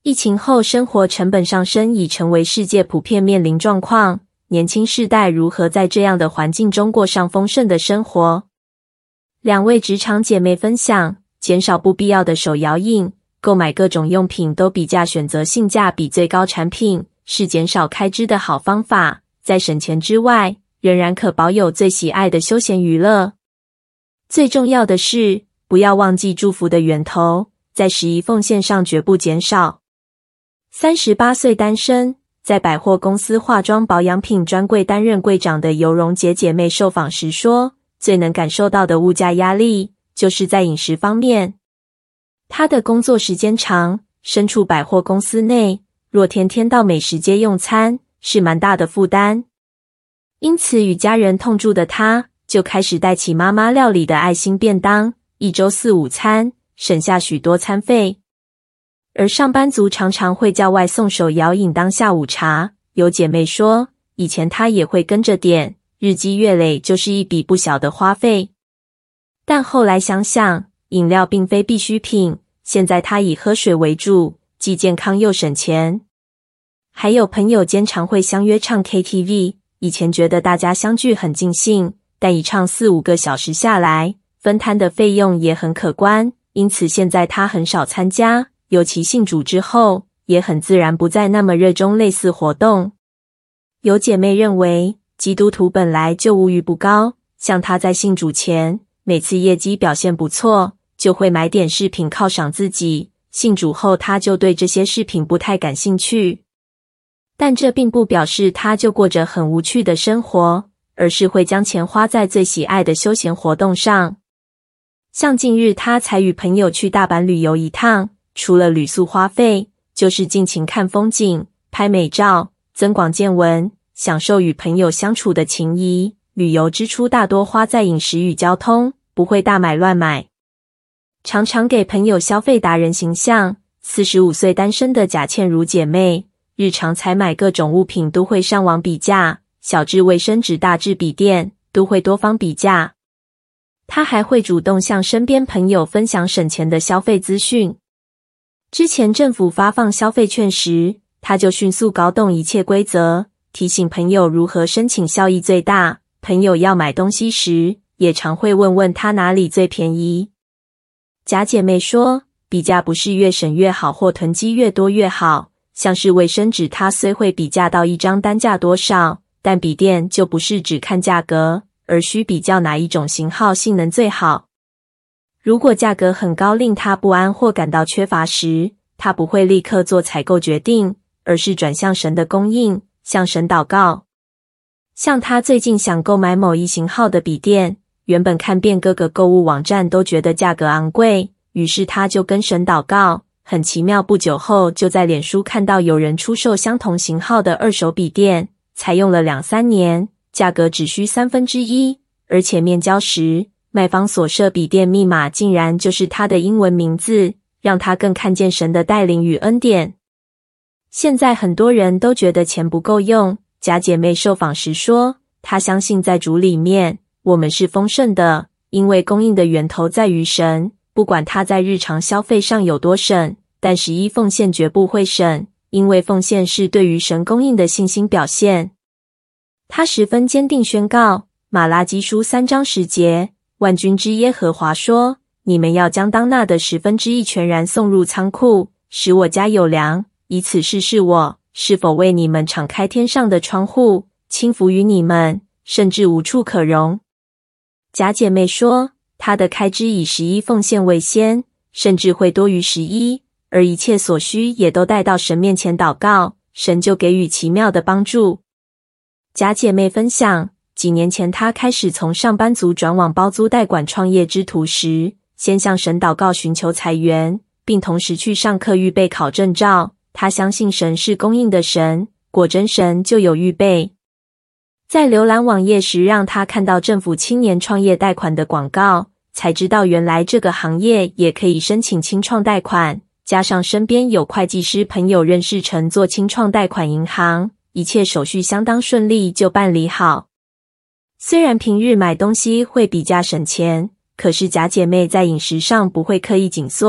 疫情后生活成本上升已成为世界普遍面临状况，年轻世代如何在这样的环境中过上丰盛的生活？两位职场姐妹分享，减少不必要的手摇饮，购买各种用品都比价，选择性价比最高产品，是减少开支的好方法。在省钱之外，仍然可保有最喜爱的休闲娱乐。最重要的是，不要忘记祝福的源头，在十一奉献上绝不减少。38岁单身，在百货公司化妆保养品专柜担任柜长的尤荣杰姐妹受访时说，最能感受到的物价压力，就是在饮食方面。她的工作时间长，身处百货公司内，若天天到美食街用餐，是蛮大的负担。因此与家人同住的她，就开始带起妈妈料理的爱心便当，一周4、5餐，省下许多餐费。而上班族常常会叫外送手摇饮当下午茶，有姐妹说，以前她也会跟着点，日积月累就是一笔不小的花费。但后来想想，饮料并非必需品，现在她以喝水为主，既健康又省钱。还有朋友间常会相约唱 KTV， 以前觉得大家相聚很尽兴，但一唱4、5个小时下来，分摊的费用也很可观，因此现在她很少参加，尤其信主之后，也很自然不再那么热衷类似活动。有姐妹认为，基督徒本来就物欲不高，像她在信主前，每次业绩表现不错，就会买点饰品犒赏自己，信主后她就对这些饰品不太感兴趣。但这并不表示她就过着很无趣的生活，而是会将钱花在最喜爱的休闲活动上。像近日她才与朋友去大阪旅游一趟，除了旅宿花费，就是尽情看风景、拍美照、增广见闻，享受与朋友相处的情谊。旅游支出大多花在饮食与交通，不会大买乱买。常常给朋友消费达人形象，45岁单身的贾倩如姐妹，日常采买各种物品都会上网比价，小至卫生纸大至笔电，都会多方比价。她还会主动向身边朋友分享省钱的消费资讯。之前政府发放消费券时，他就迅速搞懂一切规则，提醒朋友如何申请效益最大。朋友要买东西时，也常会问他哪里最便宜。贾姐妹说，比价不是越省越好或囤积越多越好，像是卫生纸她虽会比价到一张单价多少，但笔电就不是只看价格，而需比较哪一种型号性能最好。如果价格很高令他不安或感到缺乏时，他不会立刻做采购决定，而是转向神的供应，向神祷告。像他最近想购买某一型号的笔电，原本看遍各个购物网站都觉得价格昂贵，于是他就跟神祷告。很奇妙，不久后就在脸书看到有人出售相同型号的二手笔电，才用了2、3年，价格只需1/3，而且面交时卖方所设笔电密码竟然就是他的英文名字，让他更看见神的带领与恩典。现在很多人都觉得钱不够用，贾姐妹受访时说，她相信在主里面，我们是丰盛的，因为供应的源头在于神，不管她在日常消费上有多省，但11奉献绝不会省，因为奉献是对于神供应的信心表现。她十分坚定宣告，马拉基书3章10节，万军之耶和华说，你们要将当纳的1/10全然送入仓库，使我家有粮，以此试试我是否为你们敞开天上的窗户，倾福于你们，甚至无处可容。贾姐妹说，她的开支以11奉献为先，甚至会多于11，而一切所需也都带到神面前祷告，神就给予奇妙的帮助。贾姐妹分享，几年前她开始从上班族转往包租代管创业之途时，先向神祷告寻求财源，并同时去上课预备考证照。她相信神是供应的神，果真神就有预备。在浏览网页时，让她看到政府青年创业贷款的广告，才知道原来这个行业也可以申请青创贷款，加上身边有会计师朋友认识乘做青创贷款银行，一切手续相当顺利就办理好。虽然平日买东西会比价省钱，可是贾姐妹在饮食上不会刻意紧缩，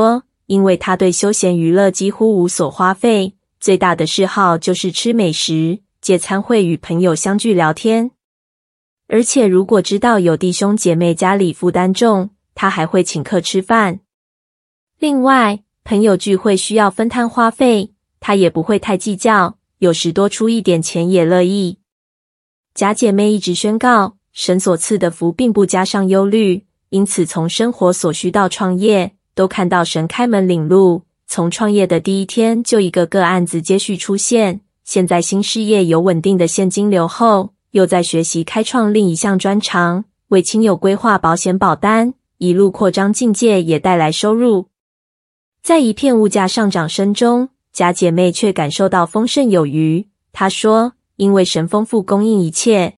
因为她对休闲娱乐几乎无所花费，最大的嗜好就是吃美食，借餐会与朋友相聚聊天。而且如果知道有弟兄姐妹家里负担重，她还会请客吃饭。另外，朋友聚会需要分摊花费，她也不会太计较，有时多出一点钱也乐意。假姐妹一直宣告，神所赐的福并不加上忧虑，因此从生活所需到创业，都看到神开门领路。从创业的第一天就一个个案子接续出现，现在新事业有稳定的现金流后，又在学习开创另一项专长，为亲友规划保险保单，一路扩张境界也带来收入。在一片物价上涨声中，假姐妹却感受到丰盛有余。她说，因为神丰富供应一切，